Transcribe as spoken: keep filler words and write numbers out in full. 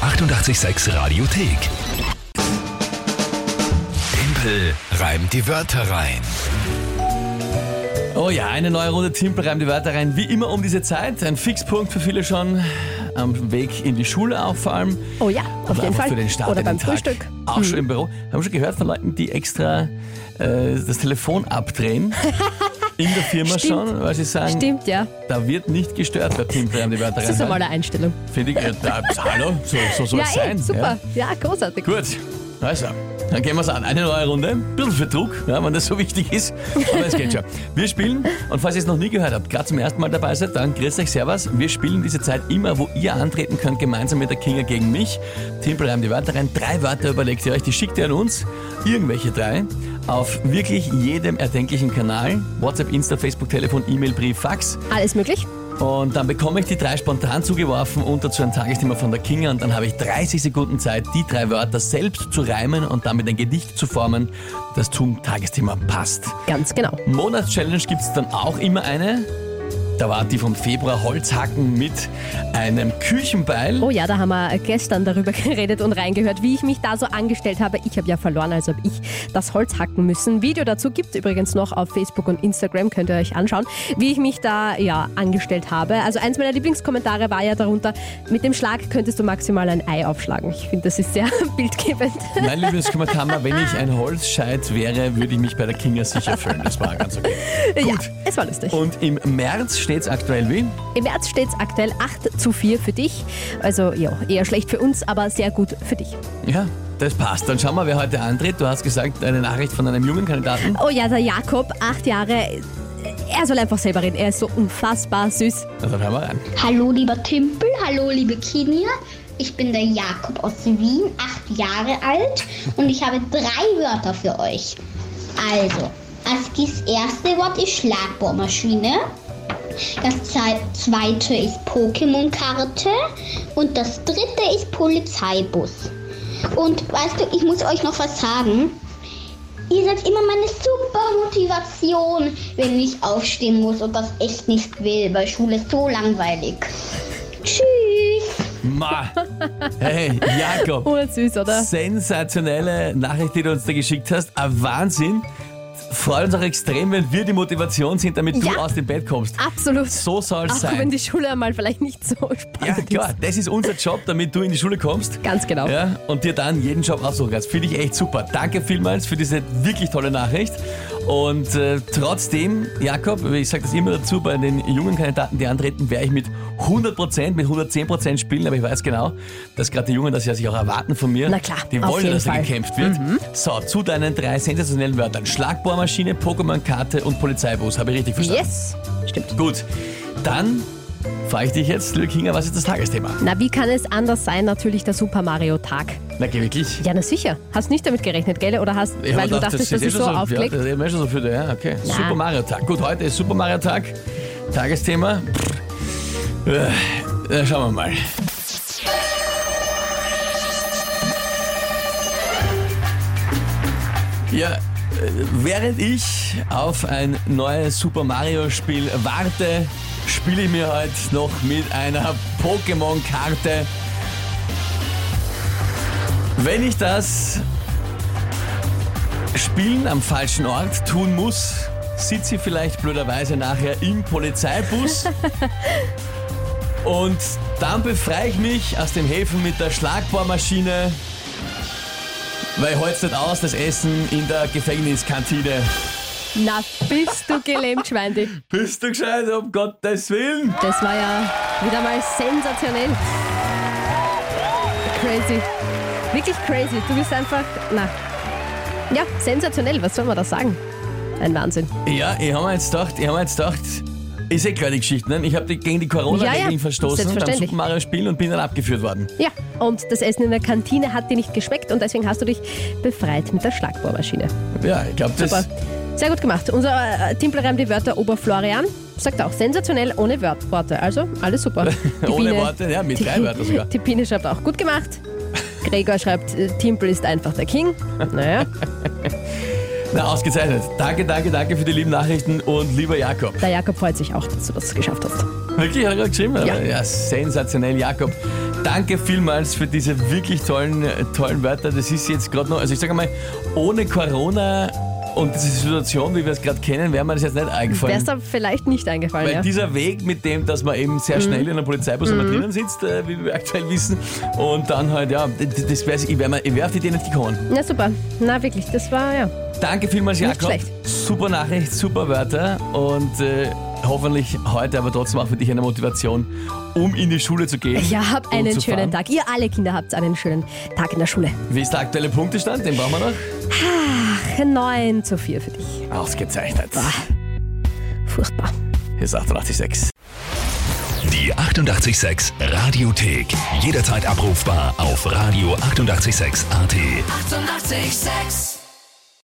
achtundachtzig Komma sechs Radiothek. Tempel reimt die Wörter rein. Oh ja, eine neue Runde Timpel reimt die Wörter rein. Wie immer um diese Zeit. Ein Fixpunkt für viele schon. Am Weg in die Schule auch vor allem. Oh ja, auf jeden Fall. Für den Start Oder in beim den Tag. Frühstück. Auch Mhm. schon im Büro. Haben wir schon gehört von Leuten, die extra äh, das Telefon abdrehen. In der Firma Stimmt. schon, weil sie sagen, Stimmt, ja. da wird nicht gestört bei Timpel reimt die Wörter rein. Das ist einmal eine Einstellung. Finde ich, äh, da, hallo, so, so soll Ja, es ey, sein. super. Ja, großartig. Gut, also, dann gehen wir es an. Eine neue Runde, ein bisschen für Druck, ja, wenn das so wichtig ist, aber es geht schon. Wir spielen, und falls ihr es noch nie gehört habt, gerade zum ersten Mal dabei seid, dann grüßt euch, servus. Wir spielen diese Zeit immer, wo ihr antreten könnt, gemeinsam mit der Kinga gegen mich. Timpel reimt die Wörter rein, drei Wörter überlegt ihr euch, die schickt ihr an uns, irgendwelche drei, auf wirklich jedem erdenklichen Kanal, WhatsApp, Insta, Facebook, Telefon, E-Mail, Brief, Fax. Alles möglich? Und dann bekomme ich die drei spontan zugeworfen und dazu ein Tagesthema von der Kinga und dann habe ich dreißig Sekunden Zeit, die drei Wörter selbst zu reimen und damit ein Gedicht zu formen, das zum Tagesthema passt. Ganz genau. Monatschallenge gibt es dann auch immer eine. Da war die vom Februar, Holzhacken mit einem Küchenbeil. Oh ja, da haben wir gestern darüber geredet und reingehört, wie ich mich da so angestellt habe. Ich habe ja verloren, also habe ich das Holz hacken müssen. Video dazu gibt es übrigens noch auf Facebook und Instagram, könnt ihr euch anschauen, wie ich mich da ja angestellt habe. Also eins meiner Lieblingskommentare war ja darunter, mit dem Schlag könntest du maximal ein Ei aufschlagen. Ich finde, das ist sehr bildgebend. Mein Lieblingskommentar war, wenn ich ein Holzscheit wäre, würde ich mich bei der Kinga sicher fühlen. Das war ganz okay. Ja, Gut. es war lustig. Und im März steht es aktuell wie? Im März steht es aktuell acht zu vier für dich. Also ja, eher schlecht für uns, aber sehr gut für dich. Ja, das passt. Dann schauen wir, wer heute antritt. Du hast gesagt, eine Nachricht von einem jungen Kandidaten. Oh ja, der Jakob, acht Jahre. Er soll einfach selber reden. Er ist so unfassbar süß. Na, dann hören wir rein. Hallo lieber Timpel, hallo liebe Kinja. Ich bin der Jakob aus Wien, acht Jahre alt und ich habe drei Wörter für euch. Also, das erste Wort ist Schlagbohrmaschine, das zweite ist Pokémon-Karte und das dritte ist Polizeibus. Und weißt du, ich muss euch noch was sagen. Ihr seid immer meine super Motivation, wenn ich aufstehen muss und das echt nicht will, weil Schule ist so langweilig. Tschüss! Ma. Hey, Jakob. Ursüß, oder? Sensationelle Nachricht, die du uns da geschickt hast. Ein Wahnsinn. Freut uns auch extrem, wenn wir die Motivation sind, damit du Ja. aus dem Bett kommst. Absolut. So soll es Auch sein. wenn die Schule einmal vielleicht nicht so spannend Ja, klar, das ist unser Job, damit du in die Schule kommst. ist. Ganz genau. Ja, und dir dann jeden Job aussuchen kannst. Finde ich echt super. Danke vielmals für diese wirklich tolle Nachricht. Und äh, trotzdem, Jakob, ich sage das immer dazu, bei den jungen Kandidaten, die antreten, werde ich mit hundert Prozent, mit hundertzehn Prozent spielen, aber ich weiß genau, dass gerade die Jungen das ja sich auch erwarten von mir. Na klar, die auf wollen, jeden dass da Fall. gekämpft wird. So, zu deinen drei sensationellen Wörtern. Schlagbohrmaschine, Pokémon-Karte und Polizeibus. Habe ich richtig verstanden? Yes. Stimmt. Gut, dann frage ich dich jetzt, liebe Kinga, was ist das Tagesthema? Na, wie kann es anders sein? Natürlich der Super Mario Tag. Na, geh wirklich? Ja, na sicher. Hast nicht damit gerechnet, gell? Oder hast, Ich hab weil du gedacht, dachtest, das eh ist schon so Ja, aufgelegt? das ist mir schon so für, ja, okay. Na. Super Mario Tag. Gut, heute ist Super Mario Tag. Tagesthema. Äh, äh, schauen wir mal. Ja, äh, während ich auf ein neues Super Mario Spiel warte, spiele ich mir heute noch mit einer Pokémon-Karte. Wenn ich das Spielen am falschen Ort tun muss, sitze ich vielleicht blöderweise nachher im Polizeibus und dann befreie ich mich aus dem Häfen mit der Schlagbohrmaschine, weil ich halte es nicht aus, das Essen in der Gefängniskantine. Na, bist du gelähmt, Schweindi. Bist du gescheit, um Gottes Willen? Das war ja wieder mal sensationell. Crazy. Wirklich crazy. Du bist einfach, na, ja, sensationell. Was soll man da sagen? Ein Wahnsinn. Ja, ich habe mir jetzt gedacht, ich habe mir jetzt gedacht, ich sehe klar die Geschichten, ne? Ich habe die- gegen die Corona-Regeln Ja, ja, verstoßen beim selbstverständlich. Super Mario Spielen und bin dann abgeführt worden. Ja, und das Essen in der Kantine hat dir nicht geschmeckt und deswegen hast du dich befreit mit der Schlagbohrmaschine. Ja, ich glaube, das... Super. Sehr gut gemacht. Unser äh, Timpel reimt die Wörter Oberflorian. Sagt auch sensationell ohne Wört- Worte. Also alles super. Die Ohne Biene- Worte, ja, mit die- drei Wörtern sogar. Die Pine schreibt auch gut gemacht. Gregor schreibt, äh, Timpel ist einfach der King. Naja, Na, ausgezeichnet. Danke, danke, danke für die lieben Nachrichten und lieber Jakob. der Jakob freut sich auch, dass du das geschafft hast. Wirklich, hat er gerade geschrieben? Ja. Ja, sensationell, Jakob. Danke vielmals für diese wirklich tollen, tollen Wörter. Das ist jetzt gerade noch, also ich sage mal, ohne Corona und diese Situation, wie wir es gerade kennen, wäre mir das jetzt nicht eingefallen. Wäre es da vielleicht nicht eingefallen, Weil ja. dieser Weg mit dem, dass man eben sehr schnell in einem Polizeibus mhm. drinnen sitzt, äh, wie wir aktuell wissen, und dann halt, ja, das, das wär's, ich wäre wär auf die Idee nicht gekommen. Na super, na wirklich, das war, ja. Danke vielmals, Nicht Jakob. schlecht. Super Nachricht, super Wörter und äh, hoffentlich heute aber trotzdem auch für dich eine Motivation, um in die Schule zu gehen. Ja, habt einen und zu schönen fahren. Tag. Ihr alle Kinder habt einen schönen Tag in der Schule. Wie ist der aktuelle Punktestand? Den brauchen wir noch. neun zu vier für dich. Ausgezeichnet. Boah. Furchtbar. Hier ist achtundachtzig Komma sechs. Die achtundachtzig Komma sechs Radiothek. Jederzeit abrufbar auf radio achtundachtzig Komma sechs A T. achtundachtzig Komma sechs